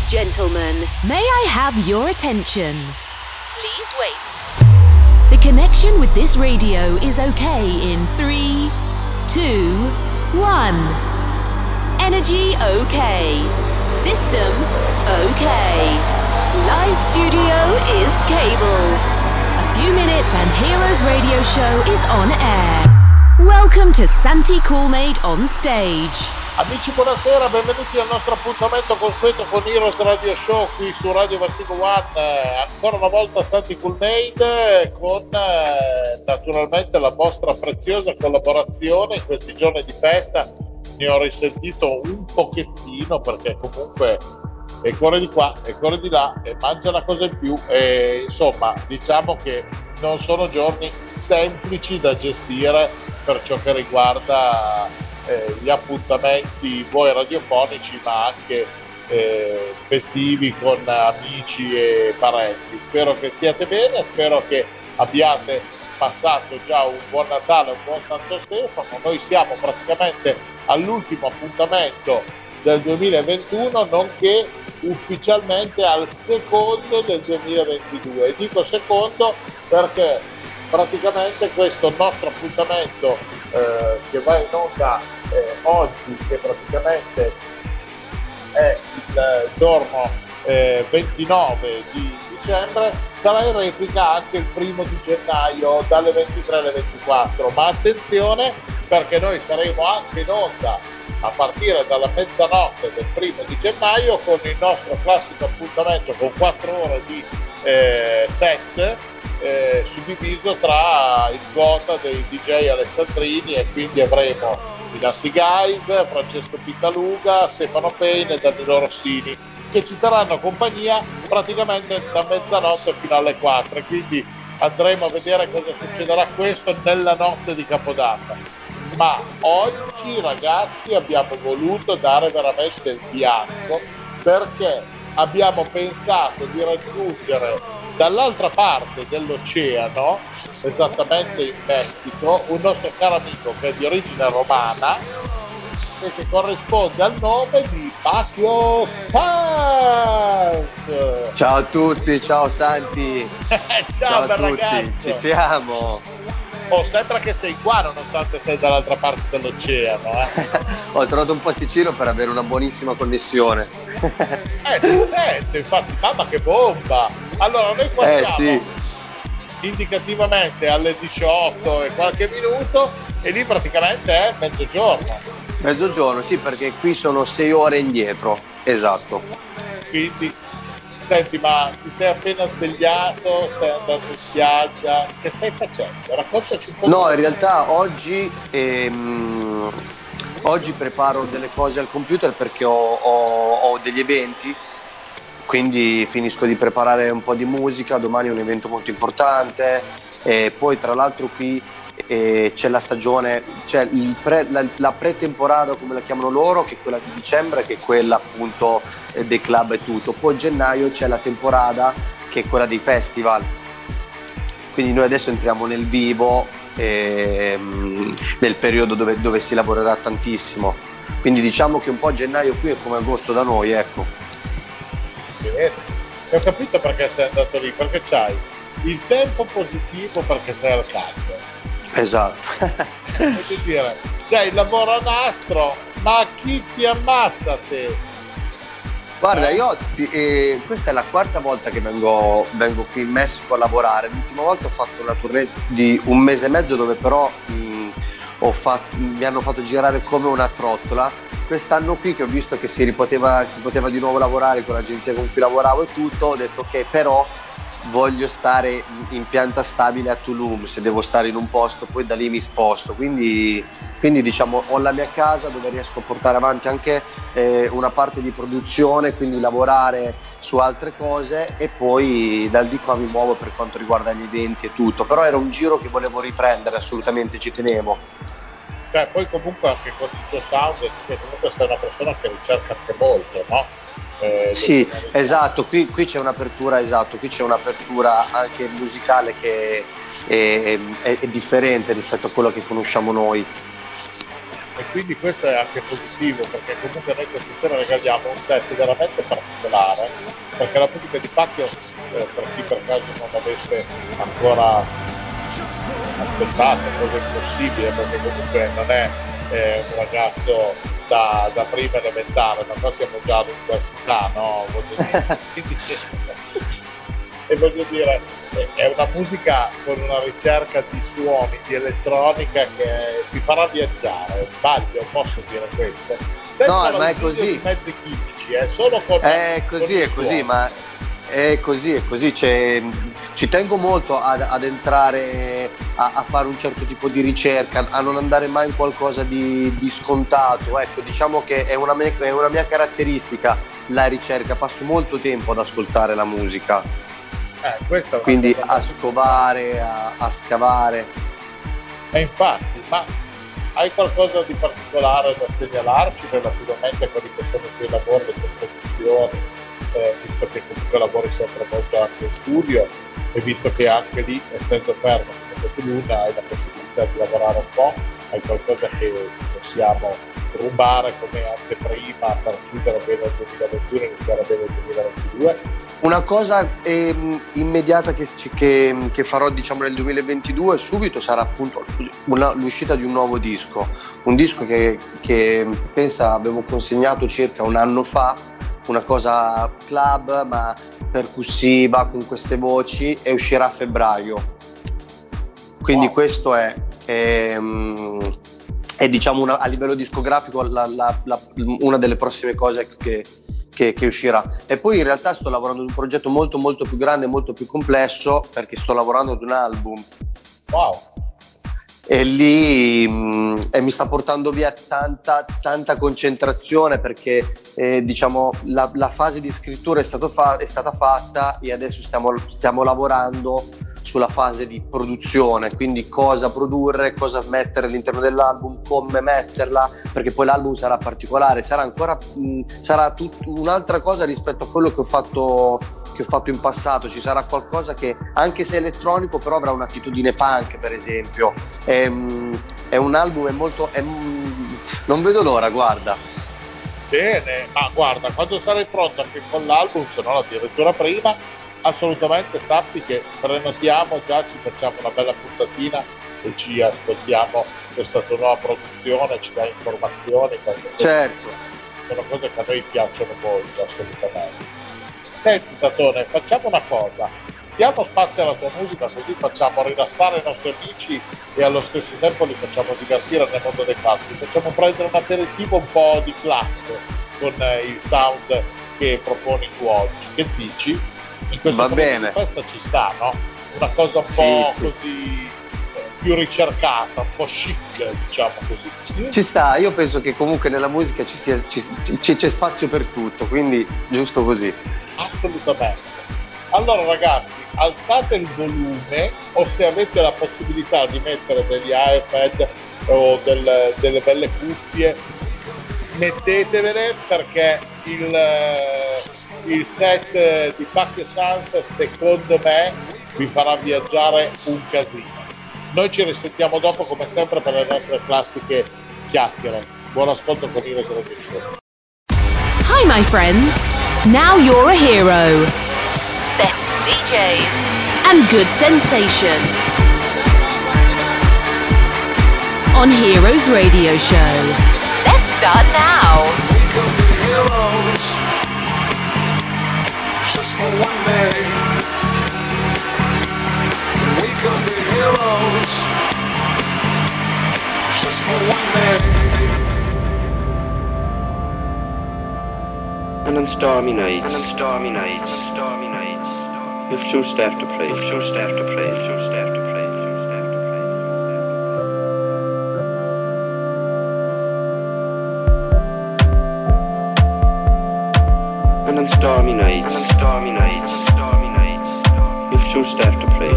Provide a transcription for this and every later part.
Gentlemen, may I have your attention? Please wait. The connection with this radio is okay in 3, 2, 1. Energy okay. System okay. Live studio is cable. A few minutes and Heroes Radio Show is on air. Welcome to Santi Coolmade on stage. Amici, buonasera, benvenuti al nostro appuntamento consueto con Heroes Radio Show qui su Radio Vertigo One. Ancora una volta Santi Coolmade con naturalmente la vostra preziosa collaborazione in questi giorni di festa. Ne ho risentito un pochettino perché comunque e corre di qua e corre di là e mangia una cosa in più e insomma diciamo che non sono giorni semplici da gestire per ciò che riguarda gli appuntamenti voi radiofonici ma anche festivi con amici e parenti. Spero che stiate bene, spero che abbiate passato già un buon Natale, un buon Santo Stefano. Noi siamo praticamente all'ultimo appuntamento del 2021 nonché ufficialmente al secondo del 2022 e dico secondo perché praticamente questo nostro appuntamento che va in onda oggi, che praticamente è il giorno 29 di dicembre, sarà in replica anche il 1° di gennaio dalle 23 alle 24, ma attenzione perché noi saremo anche in onda a partire dalla mezzanotte del 1° di gennaio con il nostro classico appuntamento con 4 ore di set suddiviso tra il gota dei DJ alessandrini e quindi avremo i Nasty Guys, Francesco Pittaluga, Stefano Payne e Danilo Rossini che ci terranno compagnia praticamente da mezzanotte fino alle 4 e quindi andremo a vedere cosa succederà questo nella notte di Capodanno. Ma oggi ragazzi abbiamo voluto dare veramente il bianco perché abbiamo pensato di raggiungere dall'altra parte dell'oceano, esattamente in Messico, un nostro caro amico che è di origine romana e che corrisponde al nome di Pacchio Sans. Ciao a tutti, ciao Santi. Ciao a tutti, ragazzo. ci siamo. Oh, sembra che sei qua nonostante sei dall'altra parte dell'oceano. Ho trovato un posticino per avere una buonissima connessione. Ti sento, infatti, mamma che bomba! Allora, noi qua siamo sì. indicativamente alle 18 e qualche minuto e lì praticamente è mezzogiorno. Mezzogiorno, sì, perché qui sono 6 ore indietro, esatto. Quindi, senti, ma ti sei appena svegliato, stai andando in spiaggia, che stai facendo? Raccontaci un po'. No, in realtà oggi preparo delle cose al computer perché ho degli eventi, quindi finisco di preparare un po' di musica, domani è un evento molto importante e poi tra l'altro qui c'è la stagione, c'è la pretemporada come la chiamano loro, che è quella di dicembre, che è quella appunto dei club e tutto, poi gennaio c'è la temporada che è quella dei festival, quindi noi adesso entriamo nel vivo nel periodo dove si lavorerà tantissimo, quindi diciamo che un po' gennaio qui è come agosto da noi, ecco. Bene. Ho capito perché sei andato lì, perché c'hai il tempo positivo perché sei al caldo. Esatto. Voglio dire, c'hai il lavoro a nastro, ma chi ti ammazza te? Guarda, io questa è la 4ª volta che vengo qui in Messico a lavorare. L'ultima volta ho fatto una tournée di 1 mese e mezzo dove però mi hanno fatto girare come una trottola. Quest'anno qui che ho visto che si poteva di nuovo lavorare con l'agenzia con cui lavoravo e tutto, ho detto ok, però voglio stare in pianta stabile a Tulum, se devo stare in un posto poi da lì mi sposto, quindi diciamo ho la mia casa dove riesco a portare avanti anche una parte di produzione, quindi lavorare su altre cose e poi dal di qua mi muovo per quanto riguarda gli eventi e tutto, però era un giro che volevo riprendere, assolutamente ci tenevo. Poi comunque anche con il tuo sound, che comunque sei una persona che ricerca anche molto, no? Sì, esatto, qui c'è un'apertura, anche musicale che è differente rispetto a quello che conosciamo noi. e quindi questo è anche positivo, perché comunque noi questa sera regaliamo un set veramente particolare, perché la musica di Pacchio, per chi per caso non avesse ancora aspettato, cosa impossibile, perché comunque non è un ragazzo da prima elementare, ma qua siamo già all'università, no? E voglio dire, è una musica con una ricerca di suoni, di elettronica che vi farà viaggiare. Sbaglio, posso dire questo? Senza no, ma è così. Di mezzi chimici, solo con è così, ma è così. Ci tengo molto ad entrare a fare un certo tipo di ricerca, a non andare mai in qualcosa di scontato. Ecco, diciamo che è una mia caratteristica la ricerca, passo molto tempo ad ascoltare la musica. Quindi a scovare, a scavare. E infatti, ma hai qualcosa di particolare da segnalarci relativamente a quelli che sono i tuoi lavori, le tue produzioni, visto che comunque lavori sempre molto anche in studio e visto che anche lì, essendo fermo come tu Luna, hai la possibilità di lavorare un po', hai qualcosa che possiamo rubare come anteprima per chiudere bene il 2021 e iniziare bene il 2022? Una cosa immediata che farò, diciamo, nel 2022 subito sarà appunto l'uscita di un nuovo disco, un disco che pensa avevo consegnato circa un anno fa, una cosa club ma percussiva con queste voci, e uscirà a febbraio. Quindi wow. Questo è diciamo a livello discografico una delle prossime cose che uscirà. E poi in realtà sto lavorando ad un progetto molto molto più grande, molto più complesso, perché sto lavorando ad un album. Wow. E lì mi sta portando via tanta concentrazione, perché diciamo la fase di scrittura è stata fatta e adesso stiamo lavorando sulla fase di produzione, quindi cosa produrre, cosa mettere all'interno dell'album, come metterla, perché poi l'album sarà particolare, sarà un'altra cosa rispetto a quello che ho fatto in passato. Ci sarà qualcosa che, anche se elettronico, però avrà un'attitudine punk, per esempio. È un album, non vedo l'ora, guarda. Bene, ma guarda, quando sarai pronto anche con l'album, se no addirittura prima, assolutamente sappi che prenotiamo già, ci facciamo una bella puntatina e ci ascoltiamo questa tua nuova produzione, ci dai informazioni. Certo. Sono cose che a noi piacciono molto, assolutamente. Senti Tatone, facciamo una cosa, diamo spazio alla tua musica, così facciamo rilassare i nostri amici e allo stesso tempo li facciamo divertire nel mondo dei fatti, facciamo prendere un aperitivo un po' di classe con il sound che proponi tu oggi. Che dici? In questo momento di festa ci sta, no? Una cosa un po' così più ricercata, un po' chic, diciamo così. Ci sta, io penso che comunque nella musica c'è spazio per tutto, quindi giusto così. Assolutamente. Allora ragazzi, alzate il volume, o se avete la possibilità di mettere degli iPad o delle belle cuffie, mettetevele, perché il set di Pacchio Sans secondo me vi farà viaggiare un casino. Noi ci risentiamo dopo come sempre per le nostre classiche chiacchiere. Buon ascolto con Heroes Radio Show. Hi my friends, now you're a hero. Best DJs and good sensation on Heroes Radio Show. Let's start now. We could be heroes just for one day. We could be heroes just for one day. And on stormy nights, you'll sure start to play, And on stormy nights, you'll sure start to play,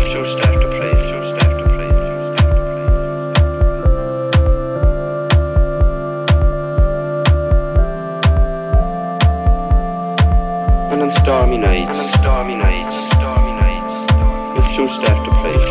And on stormy nights, you'll sure start to play,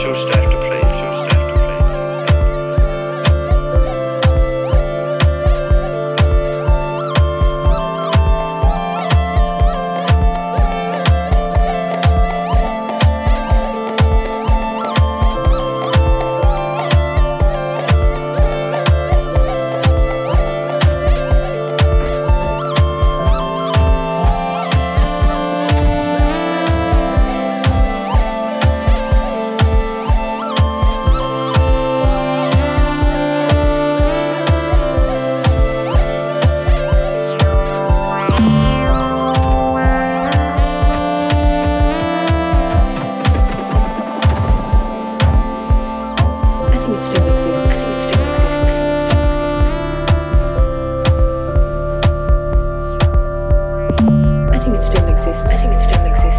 think it still exists. I think it still exists.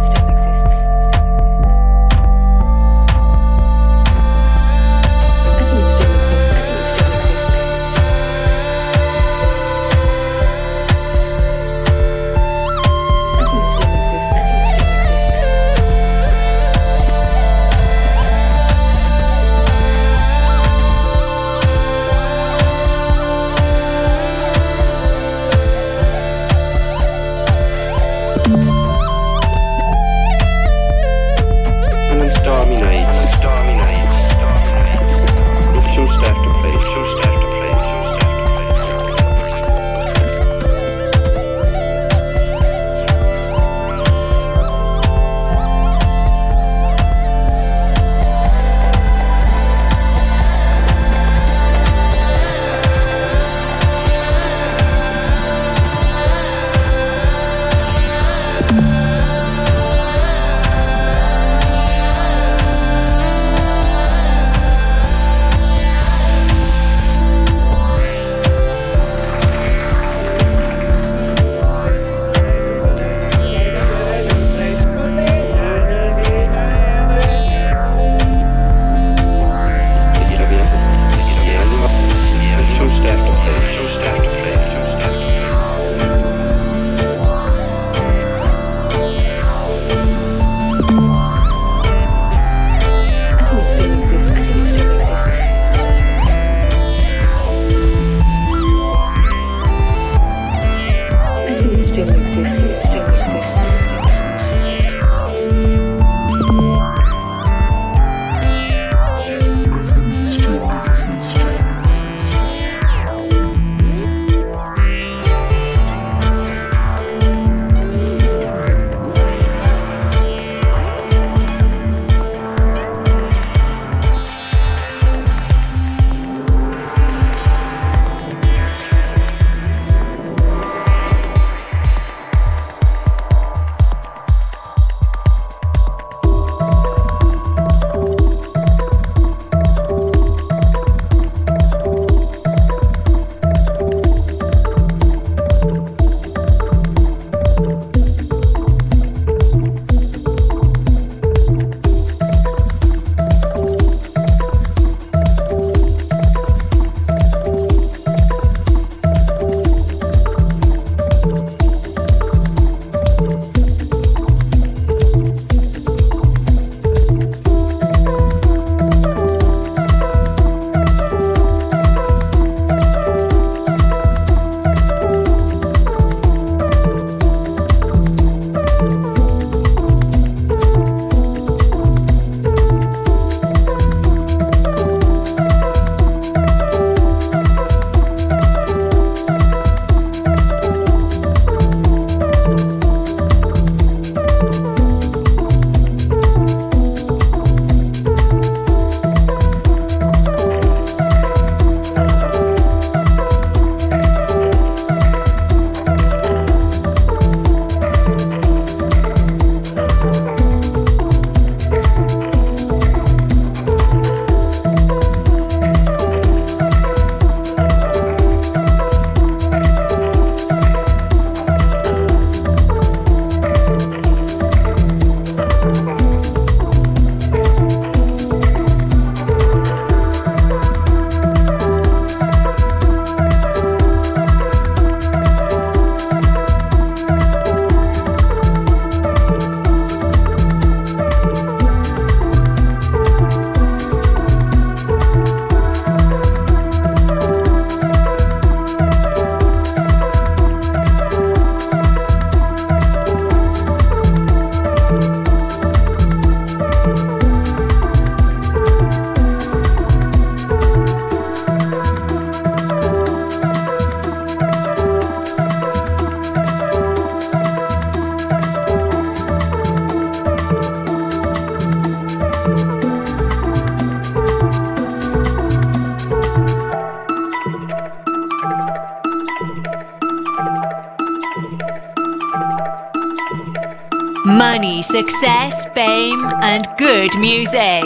Money, success, fame, and good music.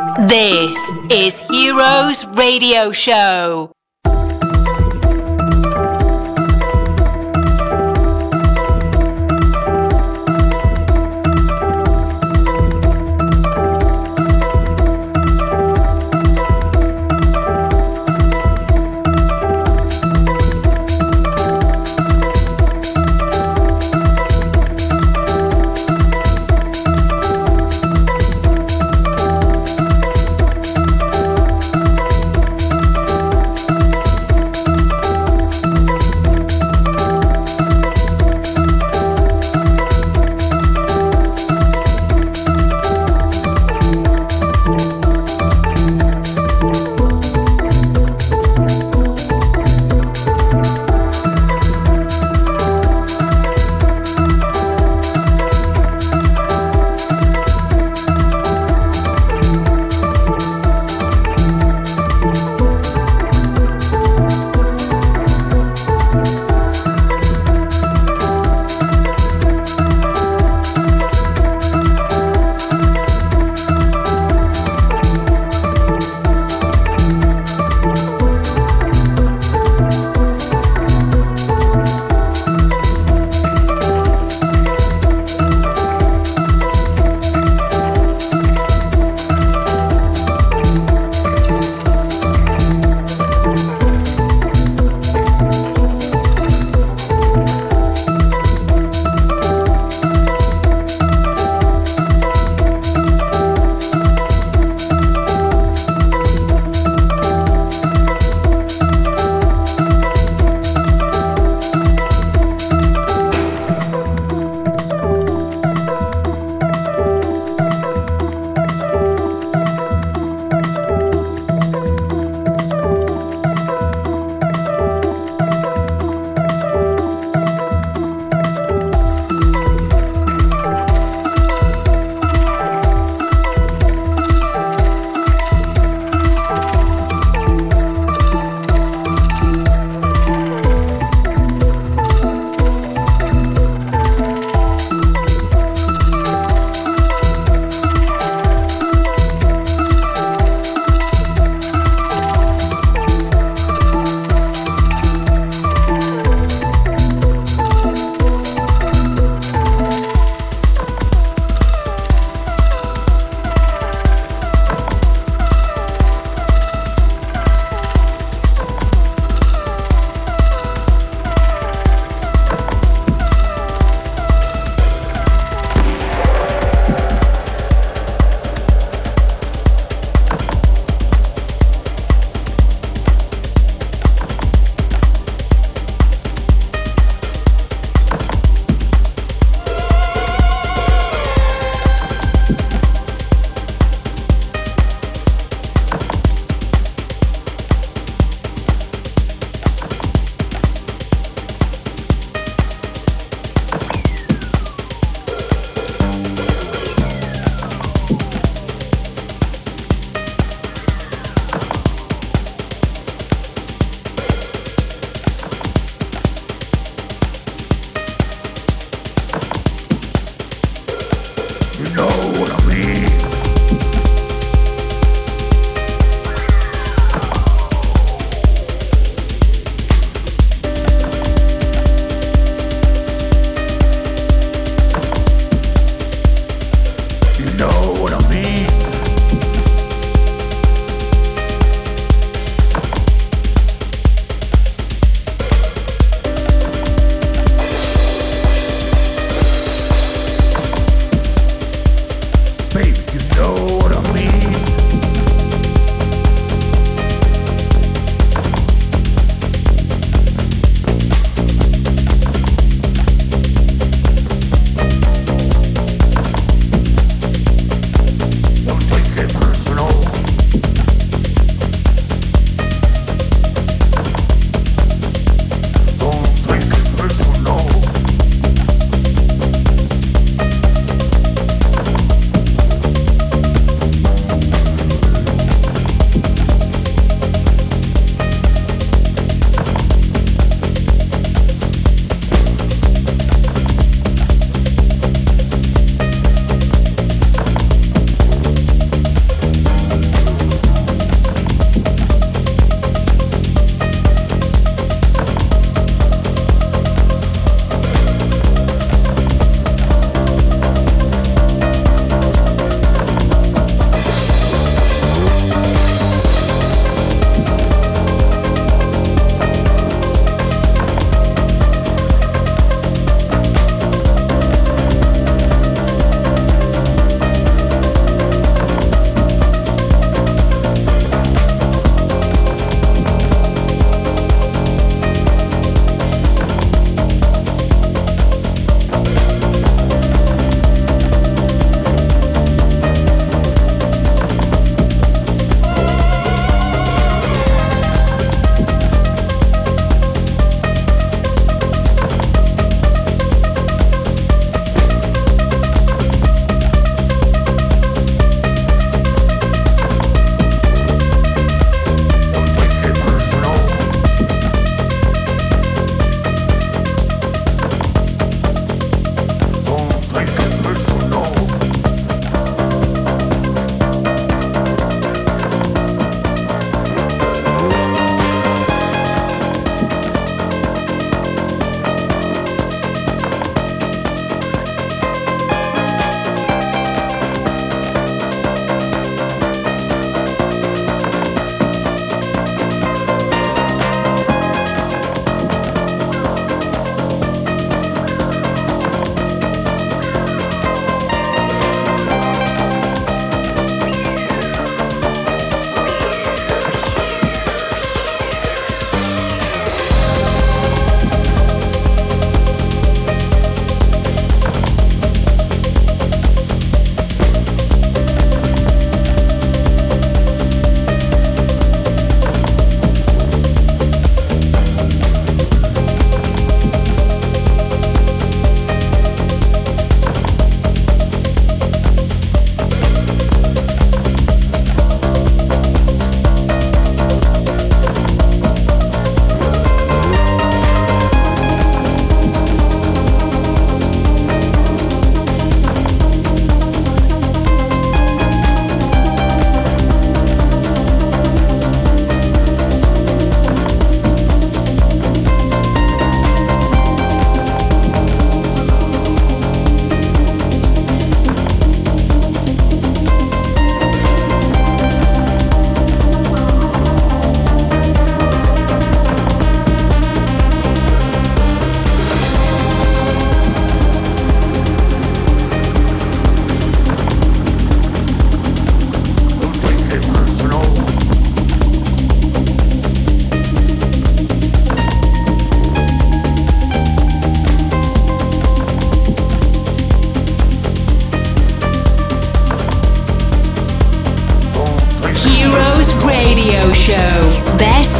This is Heroes Radio Show.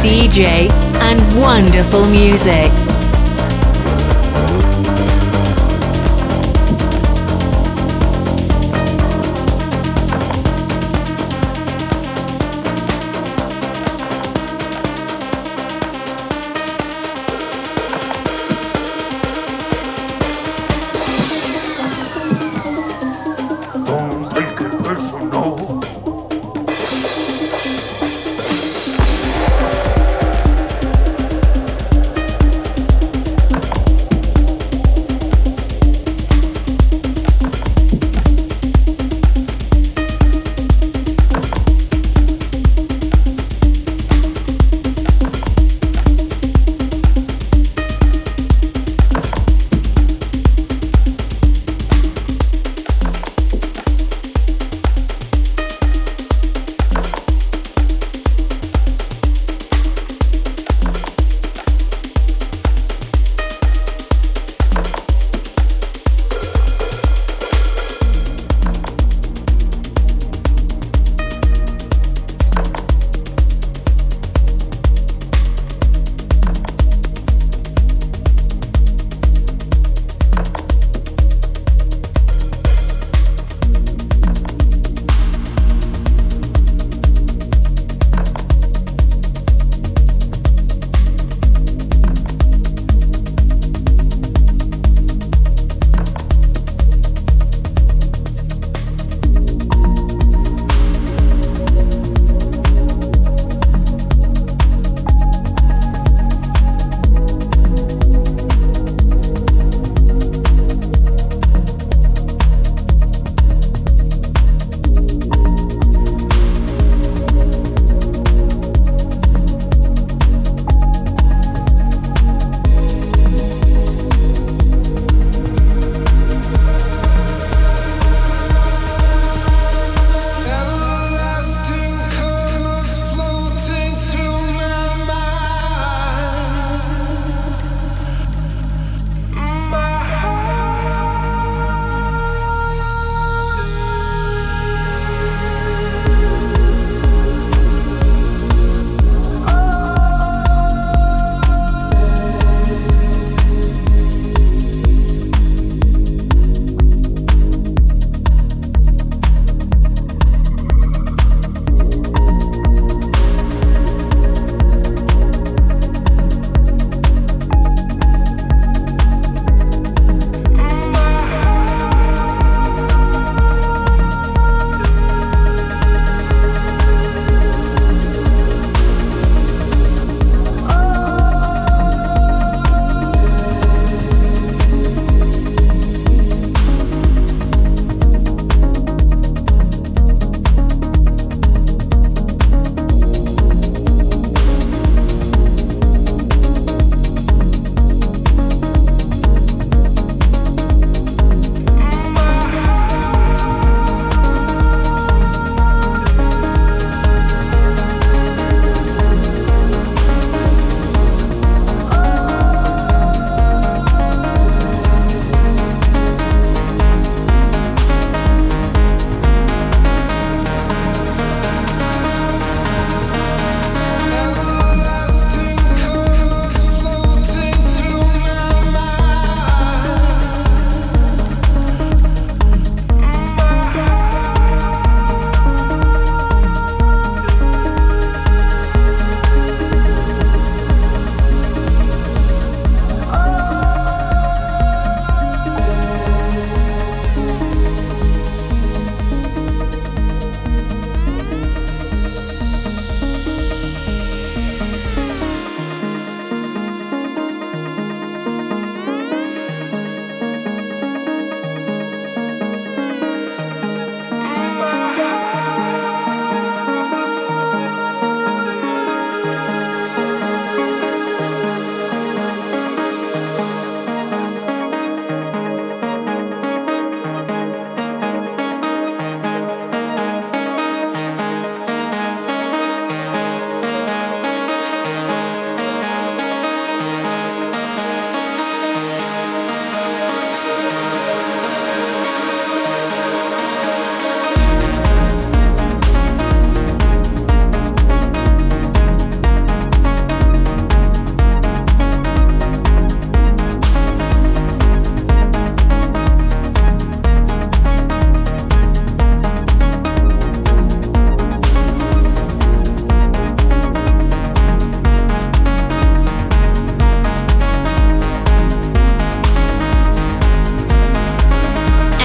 DJ, and wonderful music. Don't take it personal.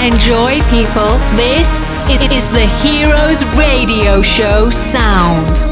Enjoy, people. This is the Heroes Radio Show sound.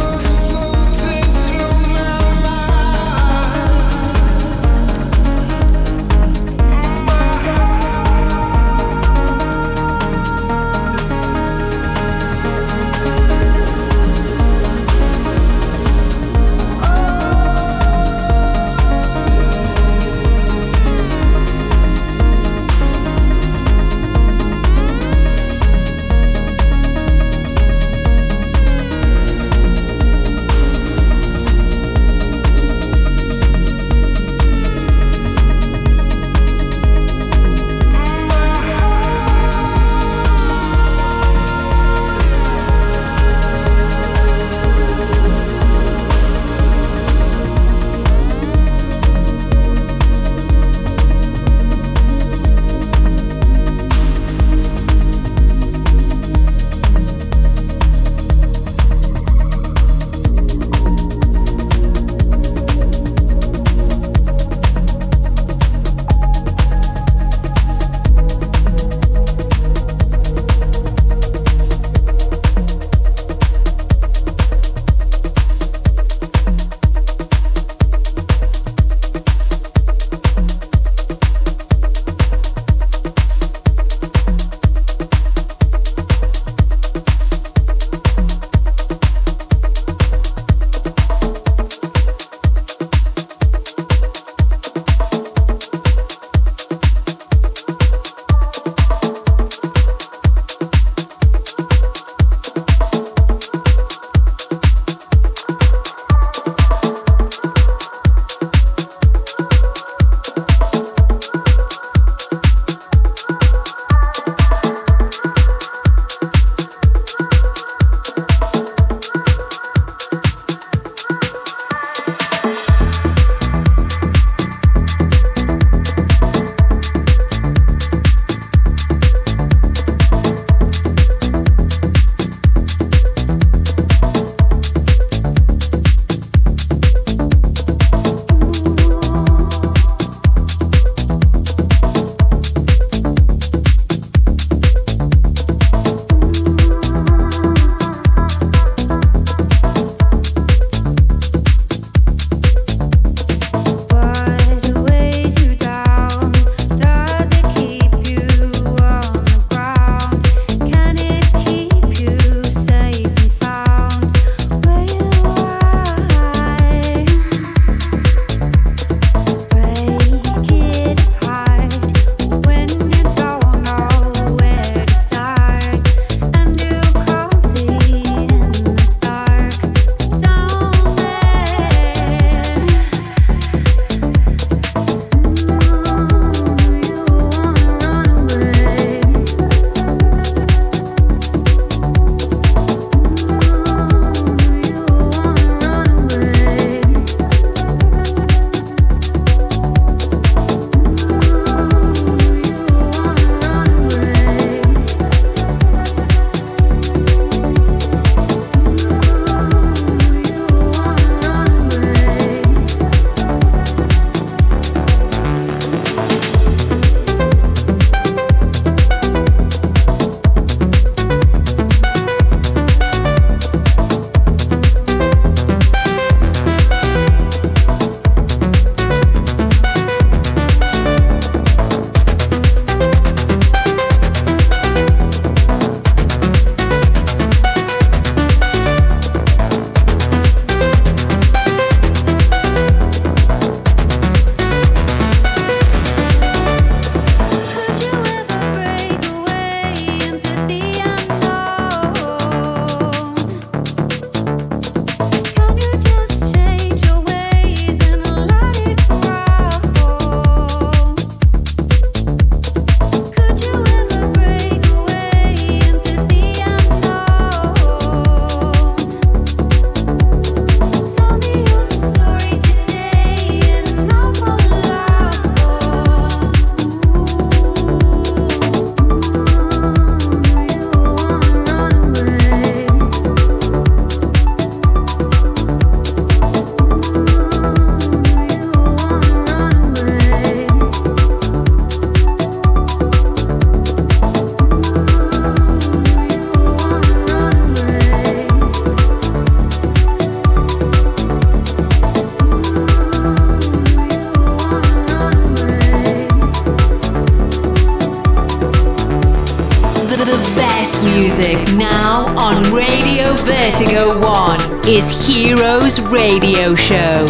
house music now on Radio Vertigo 1 is Heroes Radio Show.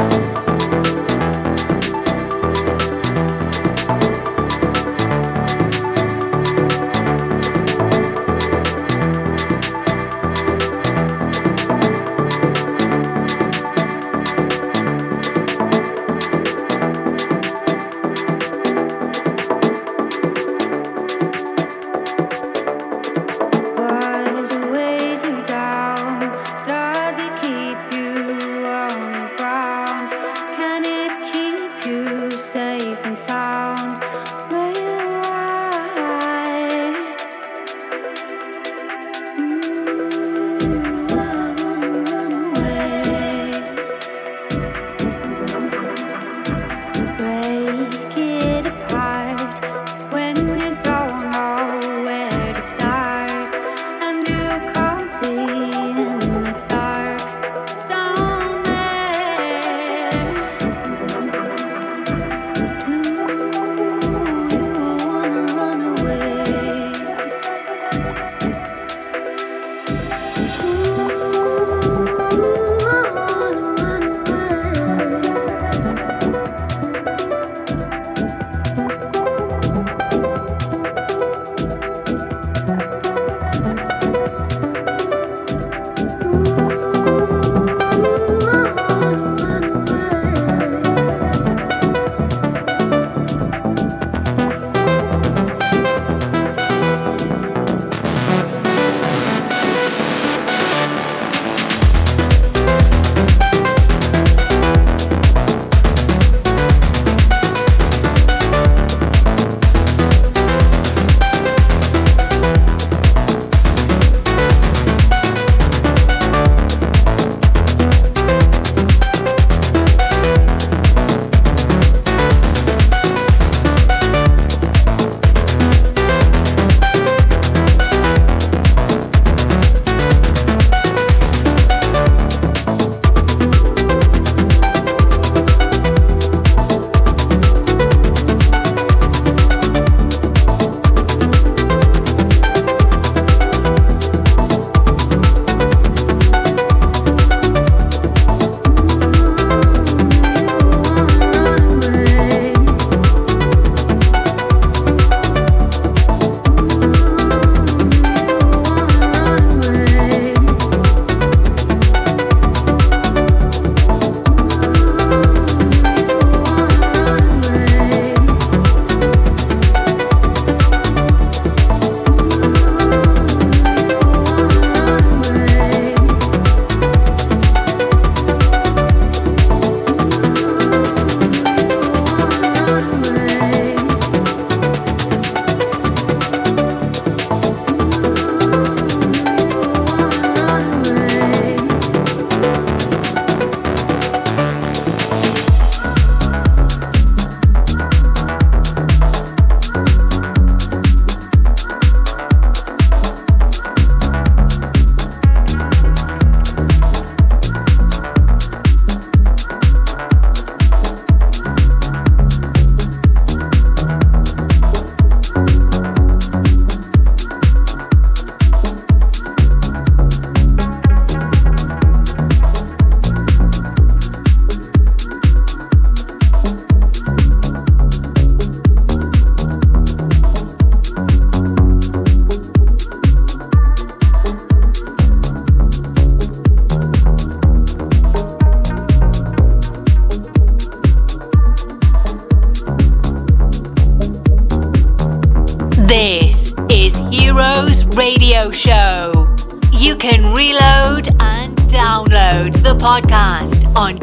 Radio Show. You can reload and download the podcast on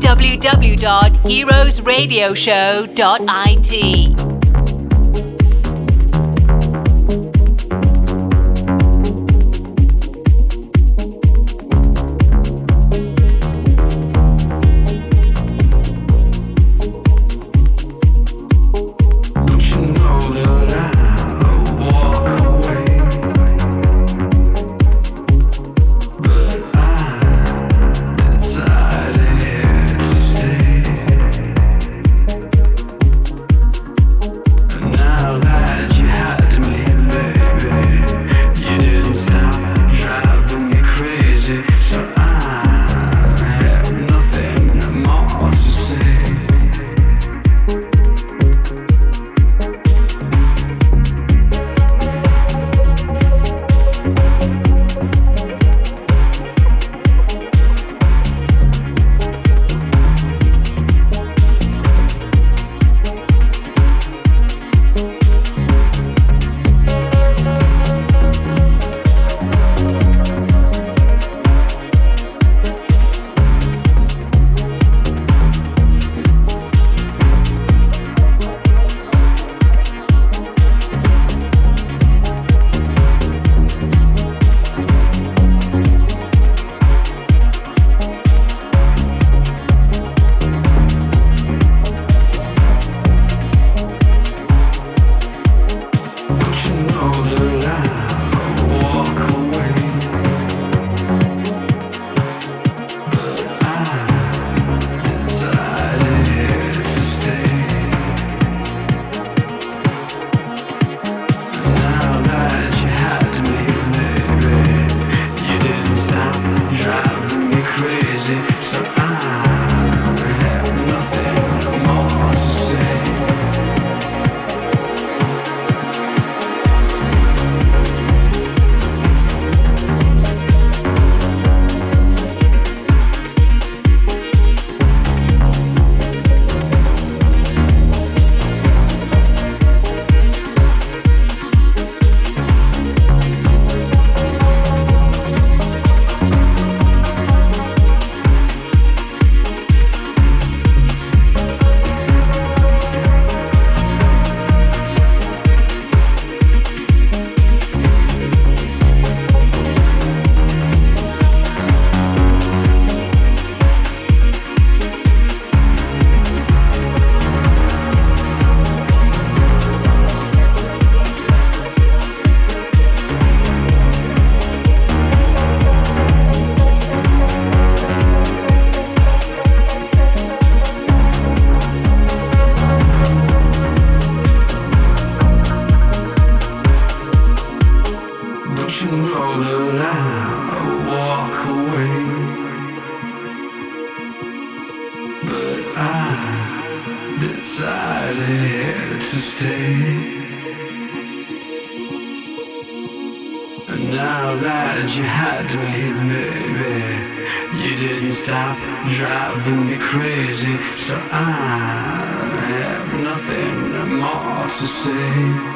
www.heroesradioshow.it. should know that I'll walk away, but I decided to stay. And now that you had me, baby, you didn't stop driving me crazy, so I have nothing more to say.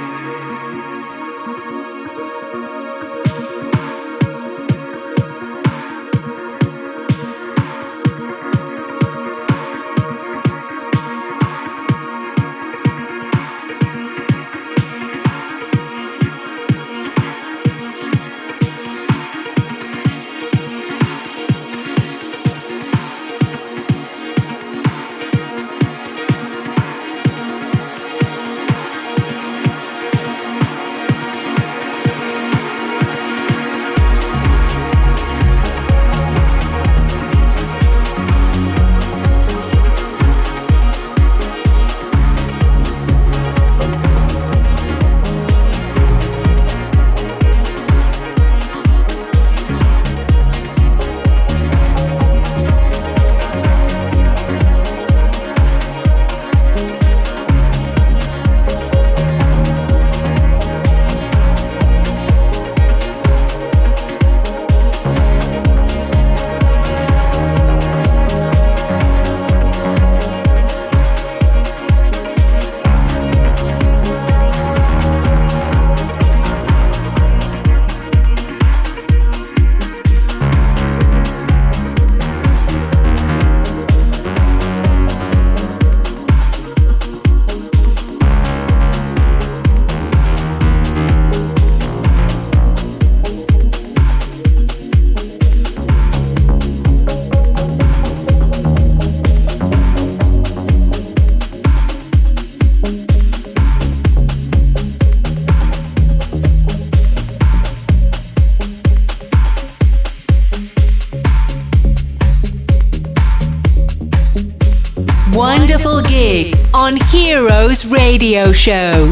Wonderful gig on Heroes Radio Show.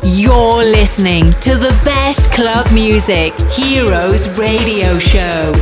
You're listening to the best club music, Heroes Radio Show.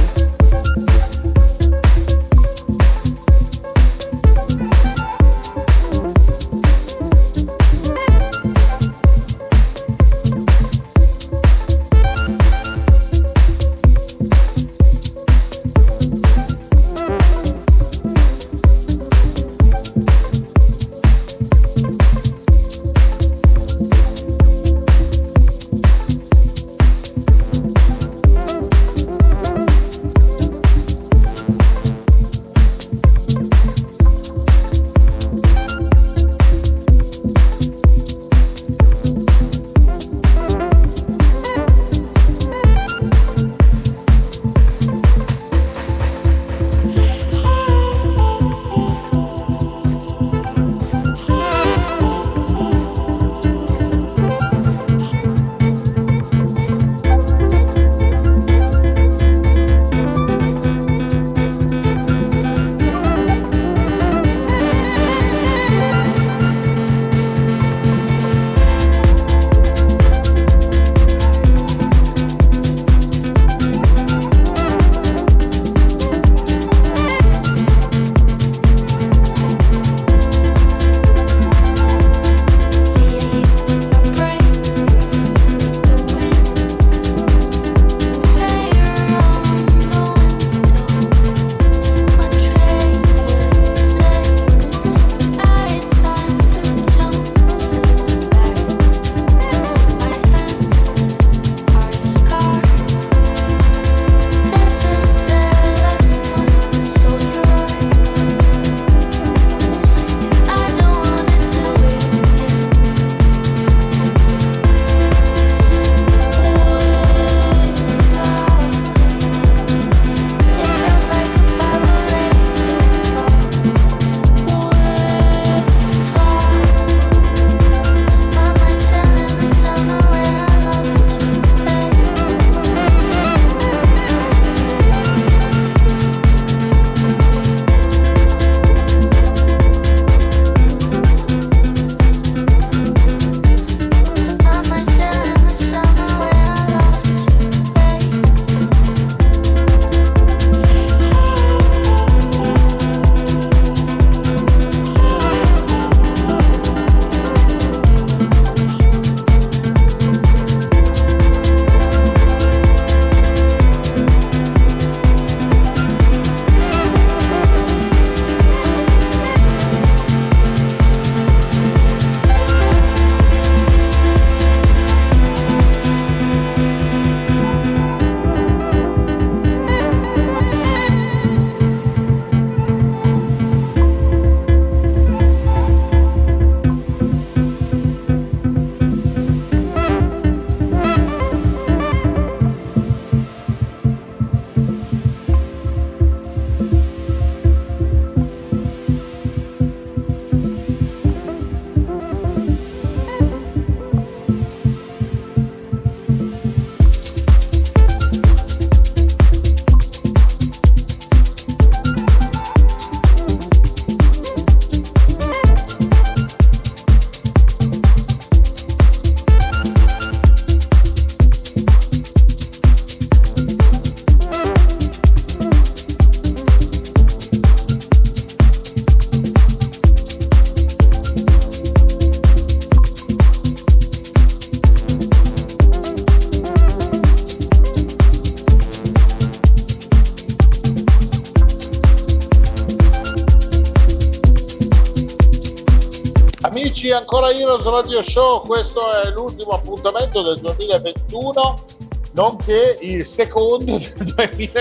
Amici, ancora Heroes Radio Show, questo è l'ultimo appuntamento del 2021, nonché il secondo del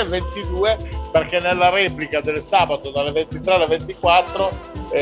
2022, perché nella replica del sabato dalle 23 alle 24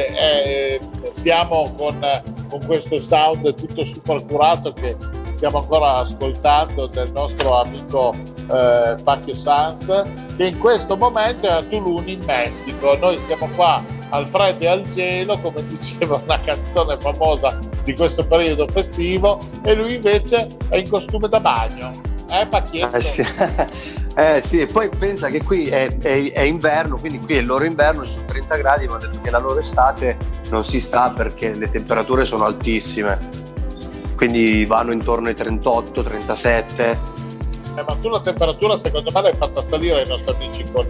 siamo con questo sound tutto super curato che stiamo ancora ascoltando del nostro amico Pacchio Sanz, che in questo momento è a Tulum in Messico. Noi siamo qua al freddo e al gelo, come diceva una canzone famosa di questo periodo festivo, e lui invece è in costume da bagno. Pacchietto? Sì, e poi pensa che qui è inverno, quindi qui è il loro inverno, ci sono 30 gradi, ma hanno detto che la loro estate non si sta perché le temperature sono altissime. quindi vanno intorno ai 38-37. Ma tu la temperatura secondo me l'hai fatta salire ai nostri amici con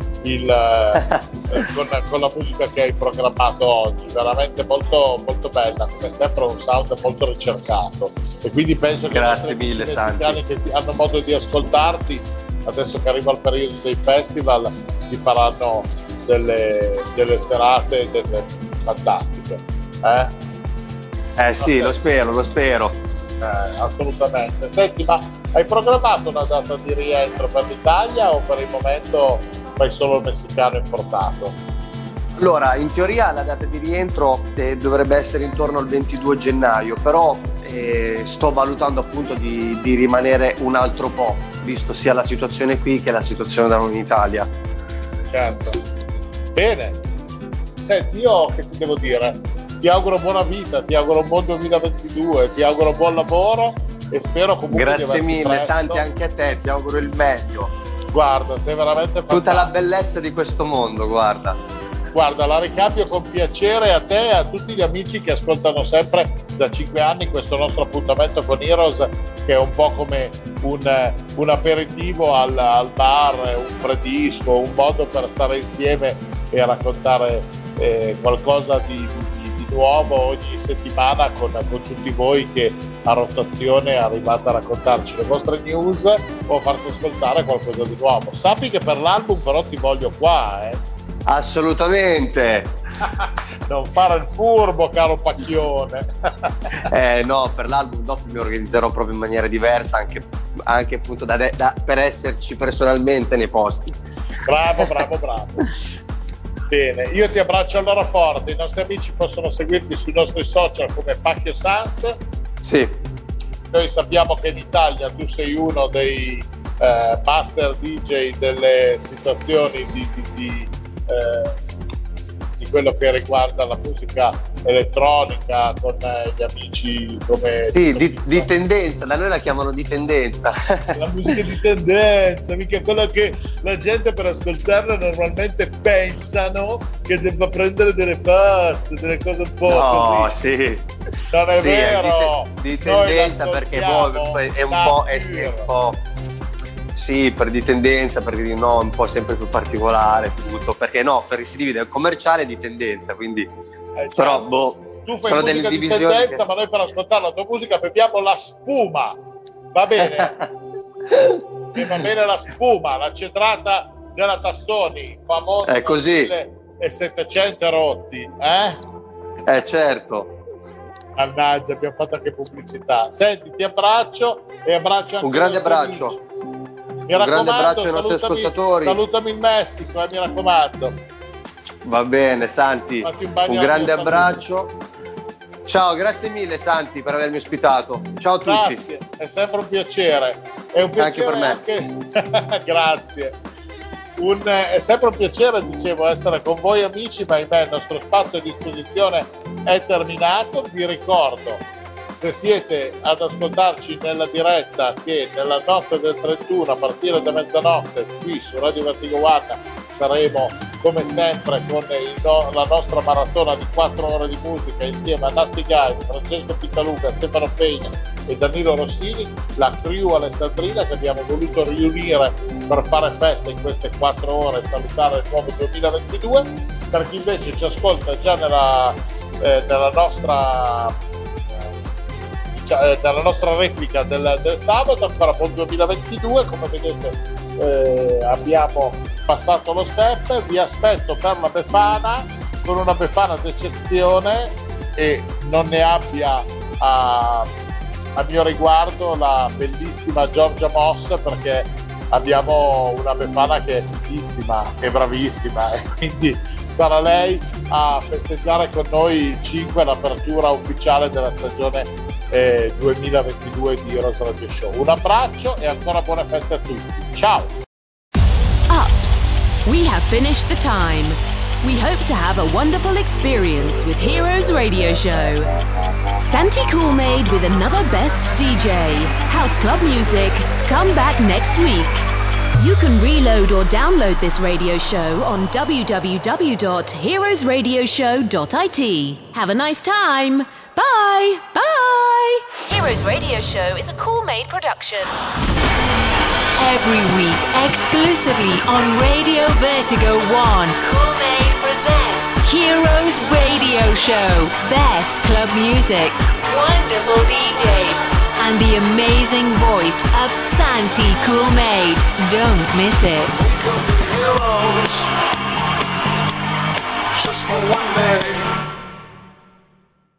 la musica che hai programmato oggi, veramente molto, molto bella, come sempre un sound molto ricercato, e quindi penso che grazie mille Santi, che hanno modo di ascoltarti adesso che arriva il periodo dei festival si faranno delle serate fantastiche, sì, lo spero. Assolutamente. Senti, ma hai programmato una data di rientro per l'Italia o per il momento fai solo il messicano importato? Allora, in teoria la data di rientro dovrebbe essere intorno al 22 gennaio, però sto valutando appunto di rimanere un altro po', visto sia la situazione qui che la situazione da noi in Italia. Certo. Bene. Senti, io che ti devo dire? Ti auguro buona vita, ti auguro un buon 2022, ti auguro buon lavoro e spero comunque grazie mille presto. Santi, anche a te, ti auguro il meglio. Guarda, sei veramente fantastico. Tutta la bellezza di questo mondo, guarda, la ricambio con piacere a te e a tutti gli amici che ascoltano sempre da 5 anni questo nostro appuntamento con Heroes, che è un po' come un aperitivo al bar, un predisco, un modo per stare insieme e raccontare qualcosa di nuovo ogni settimana con tutti voi che a rotazione arrivate a raccontarci le vostre news o a farti ascoltare qualcosa di nuovo. Sappi che per l'album però ti voglio qua, Assolutamente. Non fare il furbo, caro Pacchione. No, per l'album dopo mi organizzerò proprio in maniera diversa, anche appunto per esserci personalmente nei posti. Bravo. Bene, io ti abbraccio allora forte. I nostri amici possono seguirti sui nostri social come Pacchio Sans. Sì. Noi sappiamo che in Italia tu sei uno dei master DJ delle situazioni di quello che riguarda la musica elettronica con gli amici come... Sì, di tendenza, da noi la chiamano di tendenza. La musica di tendenza, mica quello che la gente per ascoltarla normalmente pensano che debba prendere delle paste, delle cose un po' no, così. Sì. Non è vero. Di tendenza perché poi è un po'... Sì, per di tendenza, perché no, un po' sempre più particolare tutto, perché no, si divide il commerciale di tendenza, quindi però tu fai sono musica delle di divisioni tendenza, ma noi per ascoltare la tua musica beviamo la spuma, va bene? E va bene la spuma, la cedrata della Tassoni, famosa è così. 1700 rotti, certo. Mannaggia, abbiamo fatto anche pubblicità. Senti, ti abbraccio e abbraccio anche un grande abbraccio. Amici. Un grande abbraccio ai nostri ascoltatori. Salutami in Messico, mi raccomando. Va bene, Santi. Un grande abbraccio. Ciao, grazie mille Santi per avermi ospitato. Ciao a tutti. Grazie, è sempre un piacere. È un piacere anche per me. Grazie. È sempre un piacere, dicevo, essere con voi amici, ma ahimè il nostro spazio a disposizione è terminato. Vi ricordo, se siete ad ascoltarci nella diretta, che nella notte del 31 a partire da mezzanotte qui su Radio Vertigo One saremo come sempre con la nostra maratona di 4 ore di musica insieme a Nasty Guy, Francesco Pittaluca, Stefano Pegna e Danilo Rossini, la crew alessandrina che abbiamo voluto riunire per fare festa in queste 4 ore e salutare il nuovo 2022. Per chi invece ci ascolta già nella nostra replica del sabato, ancora buon 2022, come vedete abbiamo passato lo step. Vi aspetto per la Befana, con una Befana d'eccezione, e non ne abbia a mio riguardo la bellissima Giorgia Moss, perché abbiamo una Befana che è bellissima e bravissima, e quindi sarà lei a festeggiare con noi il 5 l'apertura ufficiale della stagione 2022 di Heroes Radio Show. Un abbraccio e ancora buone feste a tutti. Ciao! Ups, we have finished the time. We hope to have a wonderful experience with Heroes Radio Show. Santi Coolmade with another best DJ. House Club Music. Come back next week. You can reload or download this radio show on www.heroesradioshow.it. Have a nice time. Bye. Bye. Heroes Radio Show is a Cool-Made production. Every week, exclusively on Radio Vertigo 1, Cool-Made present Heroes Radio Show. Best club music, wonderful DJs, and the amazing voice of Santi Cool-Made. Don't miss it. Heroes, just for one day.